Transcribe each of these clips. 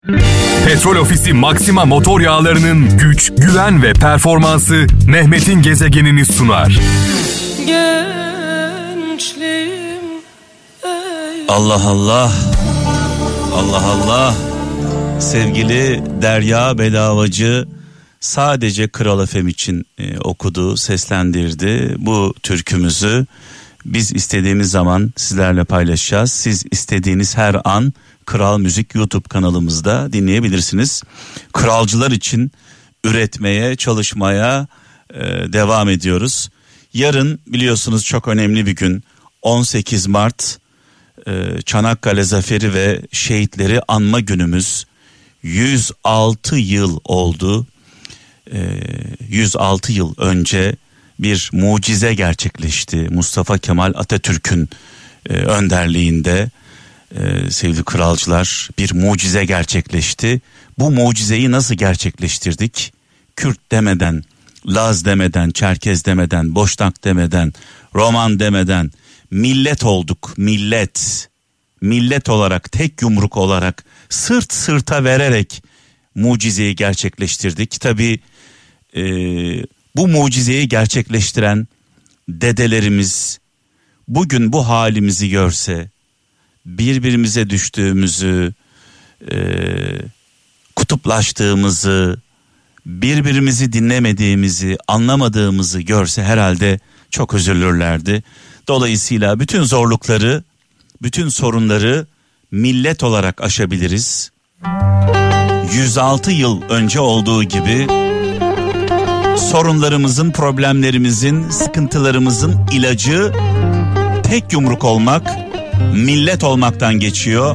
Petrol Ofisi Maxima motor yağlarının güç, güven ve performansı Mehmet'in gezegenini sunar. Allah Allah, Allah Allah. Sevgili Derya Bedavacı sadece Kral FM için okudu, seslendirdi bu türkümüzü. Biz istediğimiz zaman sizlerle paylaşacağız. Siz istediğiniz her an Kral Müzik YouTube kanalımızda dinleyebilirsiniz. Kralcılar için üretmeye, çalışmaya devam ediyoruz. Yarın biliyorsunuz çok önemli bir gün. 18 Mart Çanakkale Zaferi ve şehitleri anma günümüz. 106 yıl oldu. 106 yıl önce bir mucize gerçekleşti. Mustafa Kemal Atatürk'ün önderliğinde sevgili kralcılar bir mucize gerçekleşti. Bu mucizeyi nasıl gerçekleştirdik? Kürt demeden, Laz demeden, Çerkez demeden, Boşnak demeden, Roman demeden millet olduk, millet. Millet olarak, tek yumruk olarak, sırt sırta vererek mucizeyi gerçekleştirdik. Tabii bu mucizeyi gerçekleştiren dedelerimiz bugün bu halimizi görse, birbirimize düştüğümüzü, kutuplaştığımızı, birbirimizi dinlemediğimizi, anlamadığımızı görse herhalde çok üzülürlerdi. Dolayısıyla bütün zorlukları, bütün sorunları millet olarak aşabiliriz. 106 yıl önce olduğu gibi sorunlarımızın, problemlerimizin, sıkıntılarımızın ilacı tek yumruk olmak, millet olmaktan geçiyor.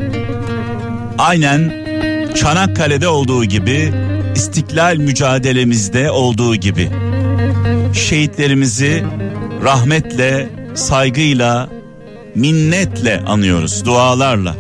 Aynen Çanakkale'de olduğu gibi, İstiklal mücadelemizde olduğu gibi şehitlerimizi rahmetle, saygıyla, minnetle anıyoruz, dualarla.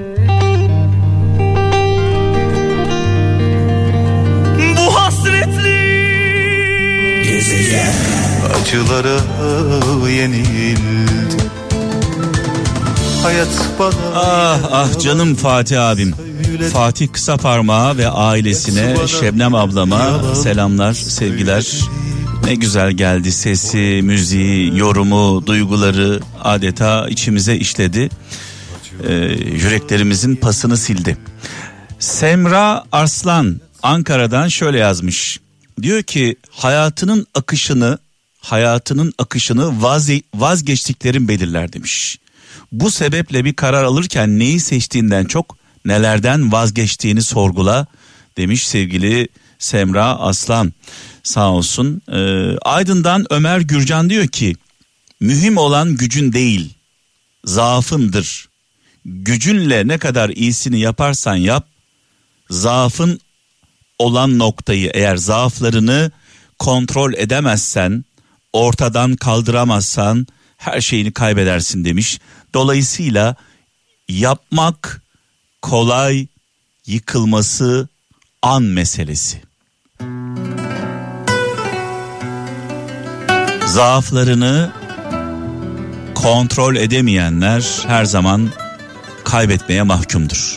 Bu hasretli gezegen acılara yenildi. Hayat bana ah canım Fatih abim. Fatih Kısaparmağı ve ailesine, Şebnem ablama selamlar, sevgiler. Ne güzel geldi sesi, müziği, yorumu, duyguları adeta içimize işledi. Yüreklerimizin pasını sildi. Semra Arslan Ankara'dan şöyle yazmış. Diyor ki hayatının akışını vazgeçtiklerim belirler demiş. Bu sebeple bir karar alırken neyi seçtiğinden çok nelerden vazgeçtiğini sorgula demiş sevgili Semra Aslan. Sağ olsun. Aydın'dan Ömer Gürcan diyor ki mühim olan gücün değil, zaafındır. Gücünle ne kadar iyisini yaparsan yap, zaafın olan noktayı, eğer zaaflarını kontrol edemezsen, ortadan kaldıramazsan her şeyini kaybedersin demiş. Dolayısıyla yapmak kolay, yıkılması an meselesi. Zaaflarını kontrol edemeyenler her zaman kaybetmeye mahkumdur.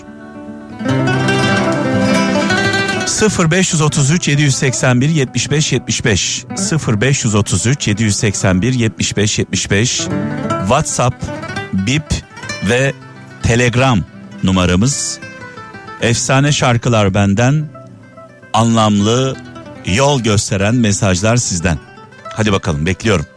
0533 781 75 75 0533 781 75 75 WhatsApp, Bip ve Telegram numaramız. Efsane şarkılar benden, anlamlı, yol gösteren mesajlar sizden. Hadi bakalım, bekliyorum.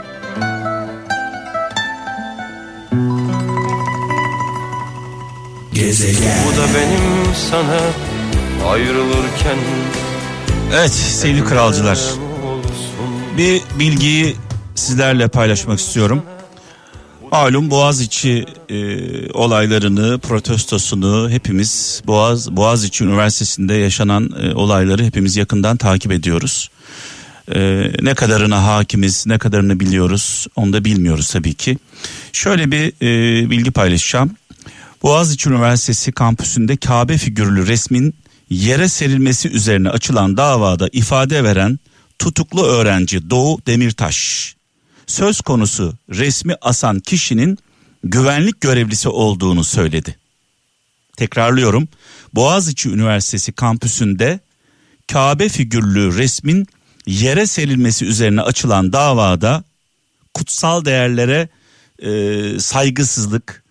Gezegen. Bu da benim sana ayrılırken. Evet sevgili kralcılar, bir bilgiyi sizlerle paylaşmak istiyorum. Malum Boğaziçi olaylarını, protestosunu hepimiz, Boğaziçi Üniversitesi'nde yaşanan olayları hepimiz yakından takip ediyoruz. Ne kadarına hakimiz, ne kadarını biliyoruz, onu da bilmiyoruz tabii ki. Şöyle bir bilgi paylaşacağım. Boğaziçi Üniversitesi kampüsünde Kabe figürlü resmin yere serilmesi üzerine açılan davada ifade veren tutuklu öğrenci Doğu Demirtaş, söz konusu resmi asan kişinin güvenlik görevlisi olduğunu söyledi. tekrarlıyorum, Boğaziçi Üniversitesi kampüsünde Kabe figürlü resmin yere serilmesi üzerine açılan davada kutsal değerlere saygısızlık,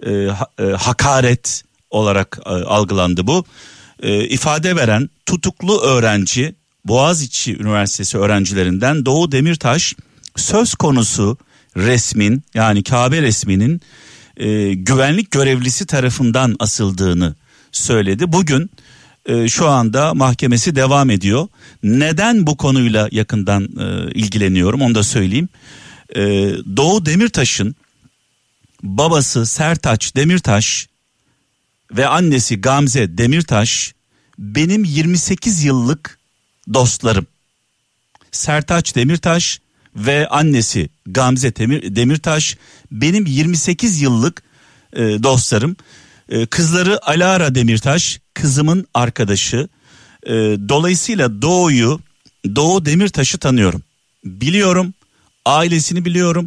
hakaret olarak algılandı bu. İfade veren tutuklu öğrenci, Boğaziçi Üniversitesi öğrencilerinden Doğu Demirtaş, söz konusu resmin, yani Kabe resminin güvenlik görevlisi tarafından asıldığını söyledi. Bugün şu anda mahkemesi devam ediyor. Neden bu konuyla yakından ilgileniyorum onu da söyleyeyim. Doğu Demirtaş'ın babası Sertaç Demirtaş ve annesi Gamze Demirtaş benim 28 yıllık dostlarım. Sertaç Demirtaş ve annesi Gamze Demirtaş benim 28 yıllık dostlarım. Kızları Alara Demirtaş kızımın arkadaşı. Dolayısıyla Doğu Demirtaş'ı tanıyorum. Biliyorum, ailesini biliyorum.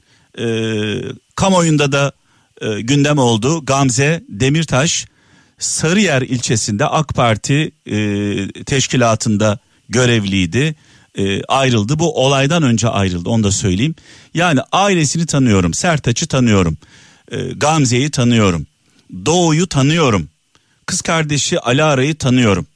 Kamuoyunda da gündem oldu. Gamze Demirtaş Sarıyer ilçesinde AK Parti teşkilatında görevliydi. Ayrıldı. Bu olaydan önce ayrıldı, onu da söyleyeyim. Yani ailesini tanıyorum, Sertaç'ı tanıyorum, Gamze'yi tanıyorum, Doğu'yu tanıyorum, kız kardeşi Alara'yı tanıyorum.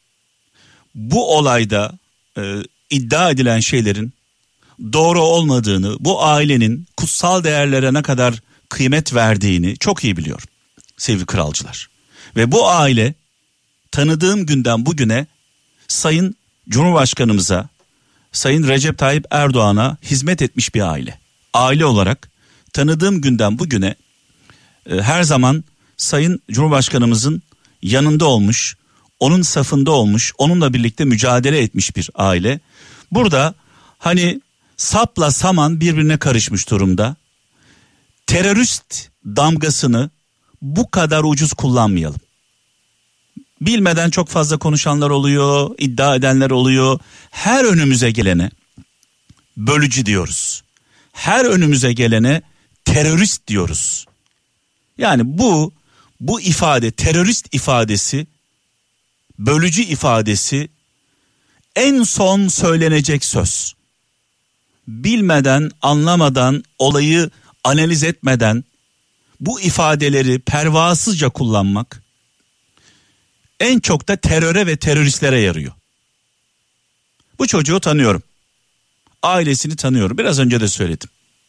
Bu olayda iddia edilen şeylerin doğru olmadığını, bu ailenin kutsal değerlere ne kadar kıymet verdiğini çok iyi biliyorum sevgili kralcılar. Ve bu aile tanıdığım günden bugüne Sayın Cumhurbaşkanımıza, Sayın Recep Tayyip Erdoğan'a hizmet etmiş bir aile. Aile olarak tanıdığım günden bugüne her zaman Sayın Cumhurbaşkanımızın yanında olmuş, onun safında olmuş, onunla birlikte mücadele etmiş bir aile. Burada hani sapla saman birbirine karışmış durumda. Terörist damgasını bu kadar ucuz kullanmayalım. Bilmeden çok fazla konuşanlar oluyor, iddia edenler oluyor. Her önümüze gelene bölücü diyoruz. Her önümüze gelene terörist diyoruz. Yani bu ifade, terörist ifadesi, bölücü ifadesi en son söylenecek söz. Bilmeden, anlamadan, olayı analiz etmeden bu ifadeleri pervasızca kullanmak en çok da teröre ve teröristlere yarıyor. Bu çocuğu tanıyorum. Ailesini tanıyorum. Biraz önce de söyledim.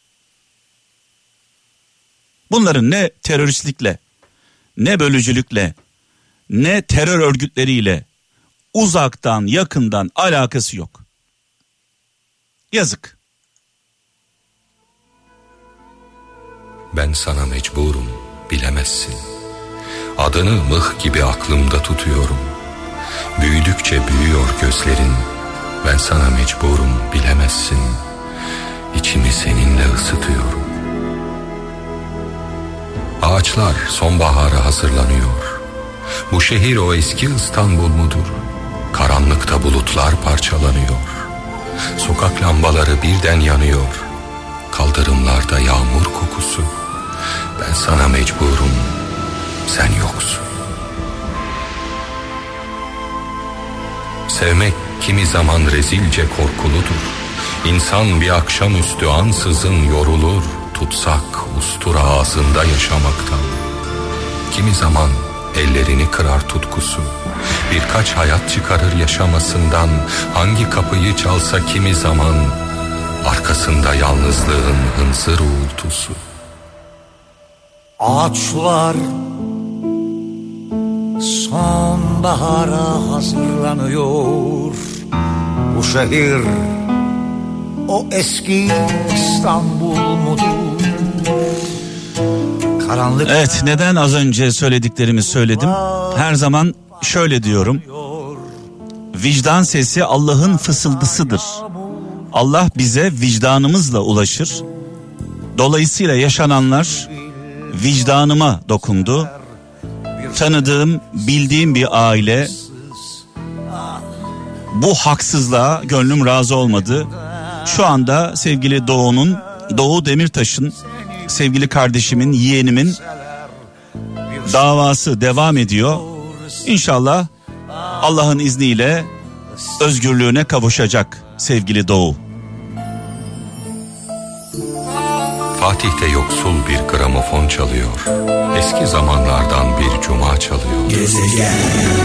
Bunların ne teröristlikle, ne bölücülükle, ne terör örgütleriyle uzaktan yakından alakası yok. Yazık. Ben sana mecburum, bilemezsin. Adını mıh gibi aklımda tutuyorum. Büyüdükçe büyüyor gözlerin. Ben sana mecburum, bilemezsin. İçimi seninle ısıtıyorum. Ağaçlar sonbahara hazırlanıyor. Bu şehir o eski İstanbul mudur? Karanlıkta bulutlar parçalanıyor. Sokak lambaları birden yanıyor. Kaldırımlarda yağmur kokusu. Ben sana mecburum, sen yoksun. Sevmek kimi zaman rezilce korkuludur. İnsan bir akşamüstü ansızın yorulur. Tutsak ustura ağzında yaşamaktan. Kimi zaman ellerini kırar tutkusu. Birkaç hayat çıkarır yaşamasından. Hangi kapıyı çalsa kimi zaman arkasında yalnızlığın hınzır uğultusu. Ağaçlar sonbahara hazırlanıyor. Bu şehir o eski İstanbul mudur? Karanlık. Evet, neden az önce söylediklerimi söyledim? Her zaman şöyle diyorum. Vicdan sesi Allah'ın fısıldısıdır. Allah bize vicdanımızla ulaşır. Dolayısıyla yaşananlar vicdanıma dokundu. Tanıdığım, bildiğim bir aile. Bu haksızlığa gönlüm razı olmadı. Şu anda sevgili Doğu Demirtaş'ın, sevgili kardeşimin, yeğenimin davası devam ediyor. İnşallah Allah'ın izniyle özgürlüğüne kavuşacak sevgili Doğu. Fatih'te yoksul bir gramofon çalıyor. Eski zamanlardan bir cuma çalıyor. Gezegen.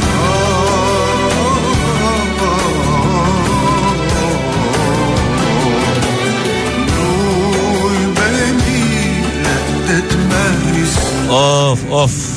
Of.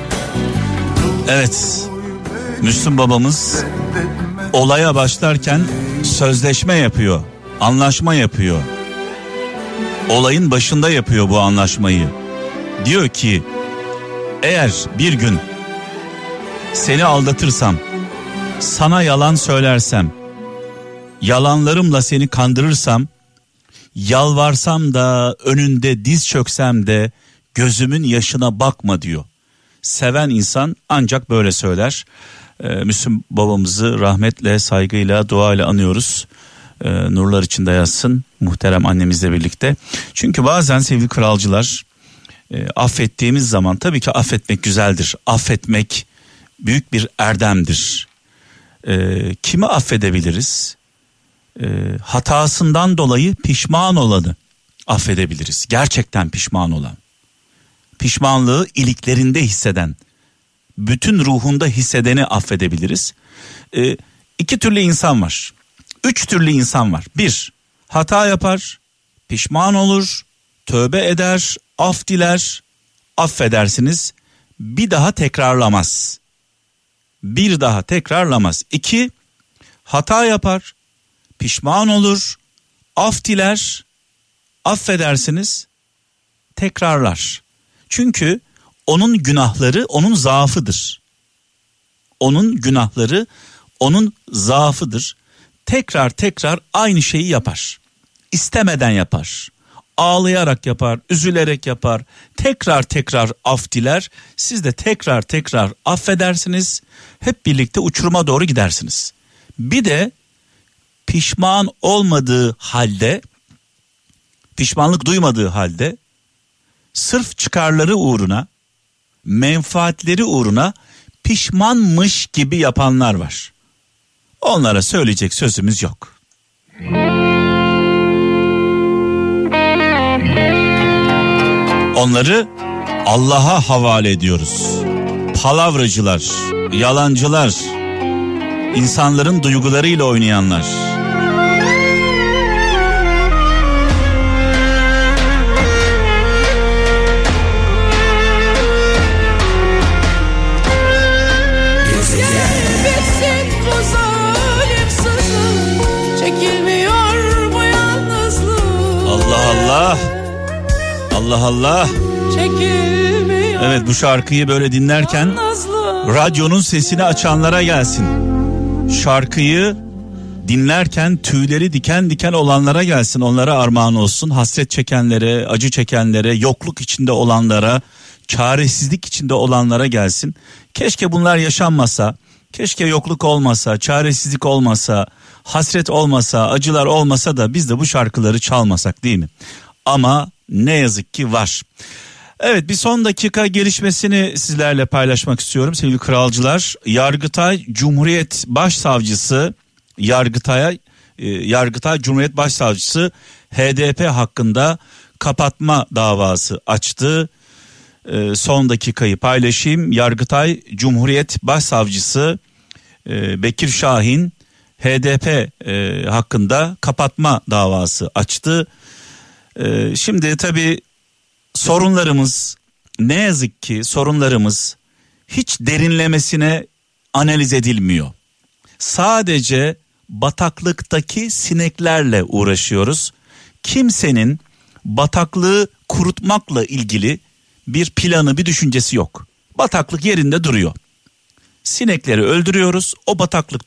Evet, Müslüm babamız olaya başlarken sözleşme yapıyor, anlaşma yapıyor. Olayın başında yapıyor bu anlaşmayı. Diyor ki, eğer bir gün seni aldatırsam, sana yalan söylersem, yalanlarımla seni kandırırsam, yalvarsam da önünde diz çöksem de gözümün yaşına bakma diyor. Seven insan ancak böyle söyler. Müslüm babamızı rahmetle, saygıyla, duayla anıyoruz. Nurlar içinde yatsın muhterem annemizle birlikte. Çünkü bazen sevgili kralcılar, affettiğimiz zaman, tabii ki affetmek güzeldir. Affetmek büyük bir erdemdir. Kimi affedebiliriz? Hatasından dolayı pişman olanı affedebiliriz. Gerçekten pişman olan. Pişmanlığı iliklerinde hisseden, bütün ruhunda hissedeni affedebiliriz. 2 türlü insan var. 3 türlü insan var. 1, hata yapar, pişman olur, tövbe eder, af diler, affedersiniz. Bir daha tekrarlamaz. 2, hata yapar, pişman olur, af diler, affedersiniz, tekrarlar. Çünkü onun günahları onun zaafıdır. Onun günahları onun zaafıdır. Tekrar aynı şeyi yapar. İstemeden yapar. Ağlayarak yapar, üzülerek yapar. Tekrar af diler. Siz de tekrar affedersiniz. Hep birlikte uçuruma doğru gidersiniz. Bir de pişman olmadığı halde, pişmanlık duymadığı halde, sırf çıkarları uğruna, menfaatleri uğruna pişmanmış gibi yapanlar var. Onlara söyleyecek sözümüz yok. Onları Allah'a havale ediyoruz. Palavracılar, yalancılar, insanların duygularıyla oynayanlar. Allah. Evet, bu şarkıyı böyle dinlerken radyonun sesini açanlara gelsin. Şarkıyı dinlerken tüyleri diken diken olanlara gelsin. Onlara armağan olsun. Hasret çekenlere, acı çekenlere, yokluk içinde olanlara, çaresizlik içinde olanlara gelsin. Keşke bunlar yaşanmasa. Keşke yokluk olmasa, çaresizlik olmasa, hasret olmasa, acılar olmasa da biz de bu şarkıları çalmasak, değil mi? Ama ne yazık ki var. Evet, bir son dakika gelişmesini sizlerle paylaşmak istiyorum sevgili kralcılar. Yargıtay Cumhuriyet Başsavcısı Yargıtay Cumhuriyet Başsavcısı HDP hakkında kapatma davası açtı. Son dakikayı paylaşayım. Yargıtay Cumhuriyet Başsavcısı Bekir Şahin HDP hakkında kapatma davası açtı. Şimdi tabii sorunlarımız, ne yazık ki sorunlarımız hiç derinlemesine analiz edilmiyor. Sadece bataklıktaki sineklerle uğraşıyoruz. Kimsenin bataklığı kurutmakla ilgili bir planı, bir düşüncesi yok. Bataklık yerinde duruyor. Sinekleri öldürüyoruz. O bataklık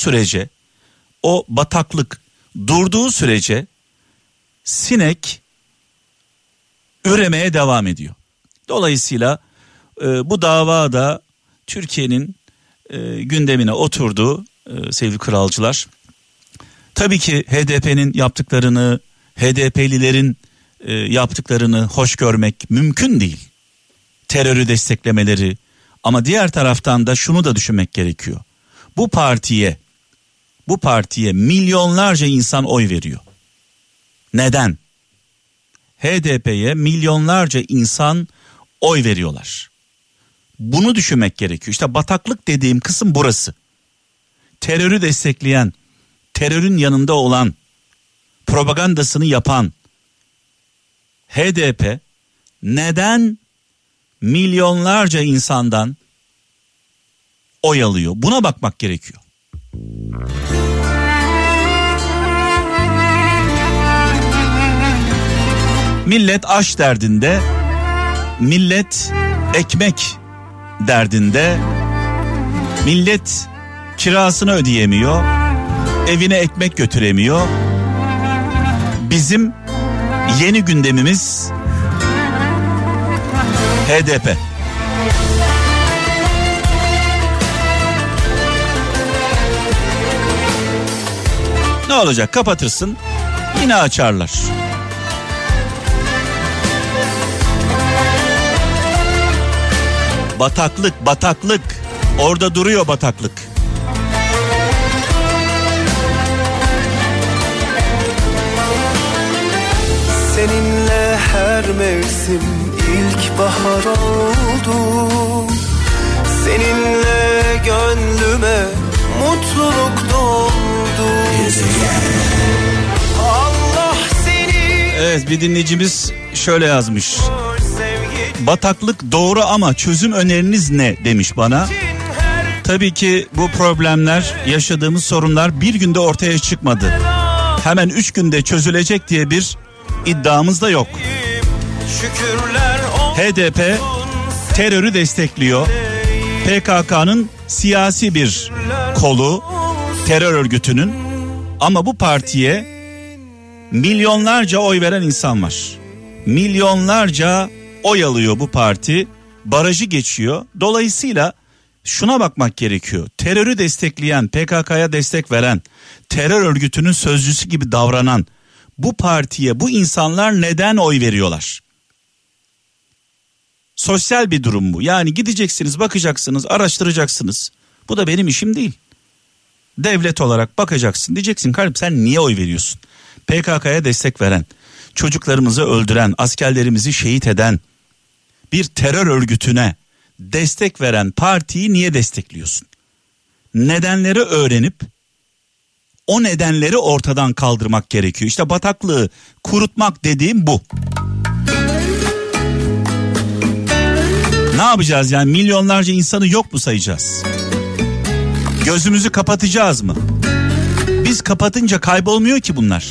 durduğu sürece sinek üremeye devam ediyor. Dolayısıyla bu davada Türkiye'nin gündemine oturdu sevgili kralcılar. Tabii ki HDP'nin yaptıklarını, HDP'lilerin yaptıklarını hoş görmek mümkün değil. terörü desteklemeleri. Ama diğer taraftan da şunu da düşünmek gerekiyor. Bu partiye milyonlarca insan oy veriyor. Neden? HDP'ye milyonlarca insan oy veriyorlar. Bunu düşünmek gerekiyor. İşte bataklık dediğim kısım burası. Terörü destekleyen, terörün yanında olan, propagandasını yapan HDP neden milyonlarca insandan oy alıyor? Buna bakmak gerekiyor. Millet aş derdinde, millet ekmek derdinde, millet kirasını ödeyemiyor, evine ekmek götüremiyor. Bizim yeni gündemimiz HDP. Ne olacak? Kapatırsın, yine açarlar. Bataklık. Orada duruyor bataklık. Seninle her mevsim ilkbahar oldu. Seninle gönlüme mutluluk doldu. Allah seni. Evet, bir dinleyicimiz şöyle yazmış. Bataklık doğru ama çözüm öneriniz ne demiş bana. Tabii ki bu problemler, yaşadığımız sorunlar bir günde ortaya çıkmadı. Hemen 3 günde çözülecek diye bir iddiamız da yok. HDP terörü destekliyor. PKK'nın siyasi bir kolu, terör örgütünün. Ama bu partiye milyonlarca oy veren insan var. Milyonlarca oy alıyor bu parti. Barajı geçiyor. Dolayısıyla şuna bakmak gerekiyor. Terörü destekleyen, PKK'ya destek veren, terör örgütünün sözcüsü gibi davranan bu partiye bu insanlar neden oy veriyorlar? Sosyal bir durum bu. Yani gideceksiniz, bakacaksınız, araştıracaksınız. Bu da benim işim değil. Devlet olarak bakacaksın. Diyeceksin kardeşim, sen niye oy veriyorsun? PKK'ya destek veren, çocuklarımızı öldüren, askerlerimizi şehit eden bir terör örgütüne destek veren partiyi niye destekliyorsun? Nedenleri öğrenip o nedenleri ortadan kaldırmak gerekiyor. İşte bataklığı kurutmak dediğim bu. Ne yapacağız yani? Milyonlarca insanı yok mu sayacağız? Gözümüzü kapatacağız mı? Biz kapatınca kaybolmuyor ki bunlar.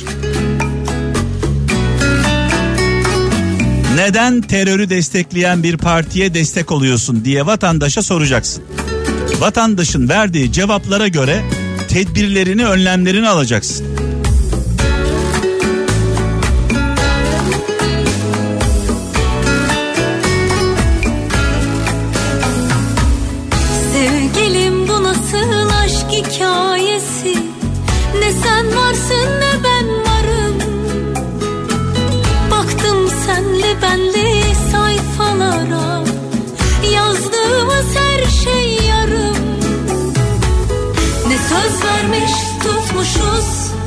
Neden terörü destekleyen bir partiye destek oluyorsun diye vatandaşa soracaksın. Vatandaşın verdiği cevaplara göre tedbirlerini, önlemlerini alacaksın. Sevgilim, bu nasıl aşk hikayesi? Ne sen varsın ne ben varım. Baktım senli benli sayfalara, yazdığımız her şey yarım. Ne söz vermiş tutmuşuz,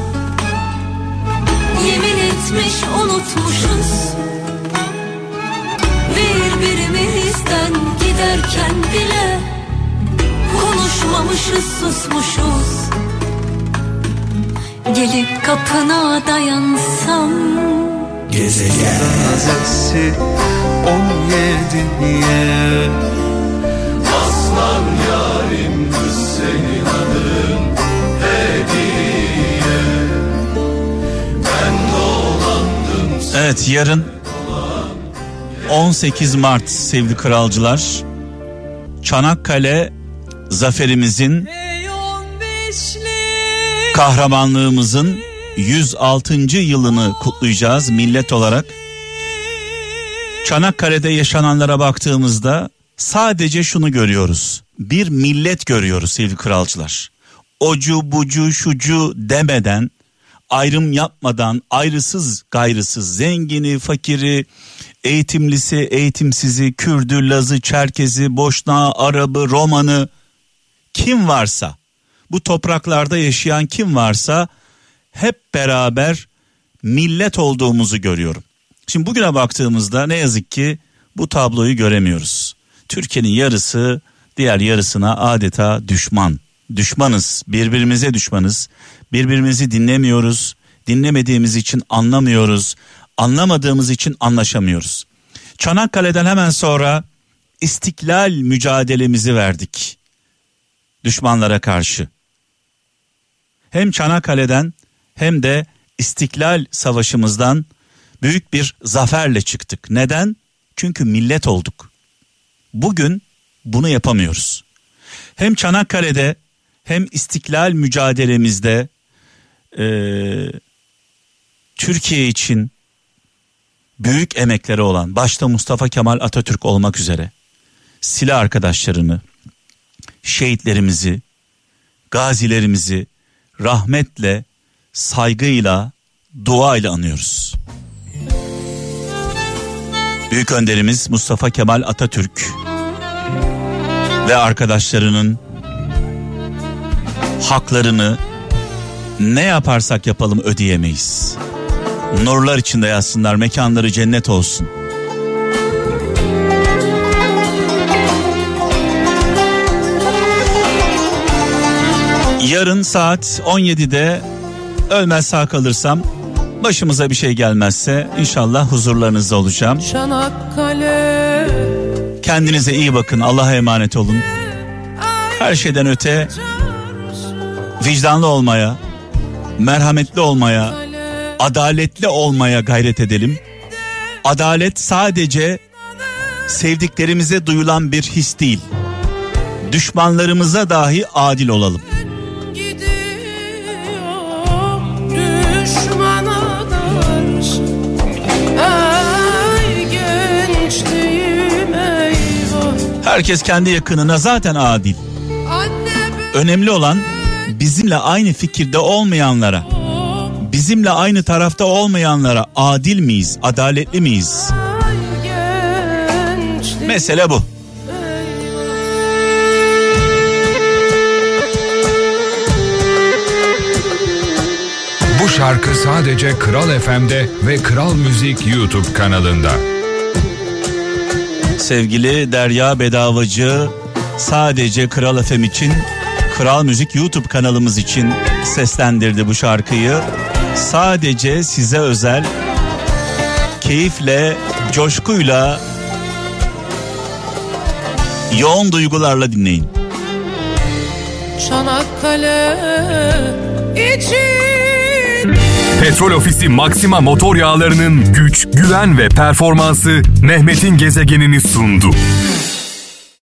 yemin etmiş unutmuşuz. Birbirimizden giderken bile konuşmamışız, susmuşuz. Gelip kapına dayansam, gezegen Hazreti 17'ye aslan yarim kız senin adın hediye. Ben dolandım. Evet, yarın 18 Mart sevgili kralcılar. Çanakkale zaferimizin, kahramanlığımızın 106. yılını kutlayacağız millet olarak. Çanakkale'de yaşananlara baktığımızda sadece şunu görüyoruz. Bir millet görüyoruz sevgili kralcılar. Ocu bucu şucu demeden, ayrım yapmadan, ayrısız gayrısız, zengini fakiri, eğitimlisi, eğitimsizi, Kürdü, Lazı, Çerkezi, Boşnağı, Arabı, Romanı, kim varsa, bu topraklarda yaşayan kim varsa hep beraber millet olduğumuzu görüyorum. Şimdi bugüne baktığımızda ne yazık ki bu tabloyu göremiyoruz. Türkiye'nin yarısı diğer yarısına adeta düşman. Düşmanız, birbirimize düşmanız. Birbirimizi dinlemiyoruz. Dinlemediğimiz için anlamıyoruz. Anlamadığımız için anlaşamıyoruz. Çanakkale'den hemen sonra istiklal mücadelemizi verdik düşmanlara karşı. Hem Çanakkale'den hem de İstiklal Savaşımızdan büyük bir zaferle çıktık. Neden? Çünkü millet olduk. Bugün bunu yapamıyoruz. Hem Çanakkale'de hem istiklal mücadelemizde Türkiye için büyük emekleri olan, başta Mustafa Kemal Atatürk olmak üzere silah arkadaşlarını, şehitlerimizi, gazilerimizi rahmetle, saygıyla, duayla anıyoruz. Büyük önderimiz Mustafa Kemal Atatürk ve arkadaşlarının haklarını ne yaparsak yapalım ödeyemeyiz. Nurlar içinde yatsınlar, mekanları cennet olsun. Yarın saat 17'de ölmez sağ kalırsam, başımıza bir şey gelmezse inşallah huzurlarınızda olacağım. Kendinize iyi bakın, Allah'a emanet olun. Her şeyden öte vicdanlı olmaya, merhametli olmaya, adaletli olmaya gayret edelim. Adalet sadece sevdiklerimize duyulan bir his değil. Düşmanlarımıza dahi adil olalım. Herkes kendi yakınına zaten adil. Önemli olan bizimle aynı fikirde olmayanlara, bizimle aynı tarafta olmayanlara adil miyiz, adaletli miyiz? Mesele bu. Bu şarkı sadece Kral FM'de ve Kral Müzik YouTube kanalında. Sevgili Derya Bedavacı sadece Kral FM için, Kral Müzik YouTube kanalımız için seslendirdi bu şarkıyı. Sadece size özel, keyifle, coşkuyla, yoğun duygularla dinleyin. Çanakkale için Petrol Ofisi Maxima motor yağlarının güç, güven ve performansı Mehmet'in gezegenini sundu.